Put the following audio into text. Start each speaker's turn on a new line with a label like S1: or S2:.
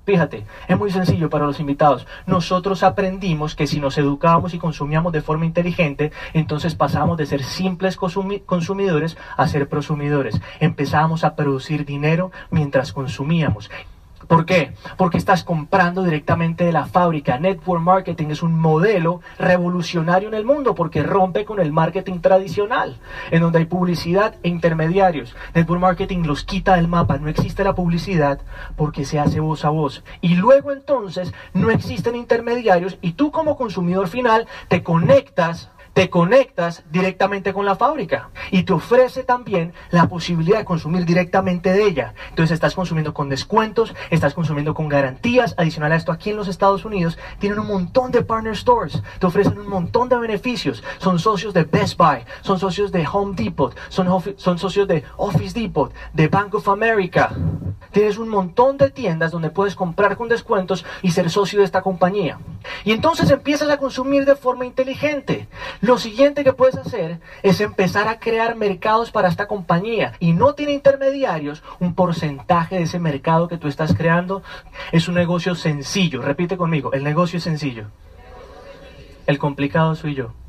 S1: Fíjate, es muy sencillo para los invitados. Nosotros aprendimos que si nos educábamos y consumíamos de forma inteligente, entonces pasábamos de ser simples consumidores a ser prosumidores. Empezábamos a producir dinero mientras consumíamos. ¿Por qué? Porque estás comprando directamente de la fábrica. Network marketing es un modelo revolucionario en el mundo porque rompe con el marketing tradicional, en donde hay publicidad e intermediarios. Network marketing los quita del mapa. No existe la publicidad porque se hace voz a voz. Y luego entonces no existen intermediarios y tú como consumidor final te conectas directamente con la fábrica y te ofrece también la posibilidad de consumir directamente de ella. Entonces estás consumiendo con descuentos, estás consumiendo con garantías. Adicional a esto, aquí en los Estados Unidos tienen un montón de partner stores, te ofrecen un montón de beneficios. Son socios de Best Buy, son socios de Home Depot, son socios de Office Depot, de Bank of America. Tienes un montón de tiendas donde puedes comprar con descuentos y ser socio de esta compañía. Y entonces empiezas a consumir de forma inteligente. Lo siguiente que puedes hacer es empezar a crear mercados para esta compañía. Y no tiene intermediarios. Un porcentaje de ese mercado que tú estás creando es un negocio sencillo. Repite conmigo, el negocio es sencillo. El complicado soy yo.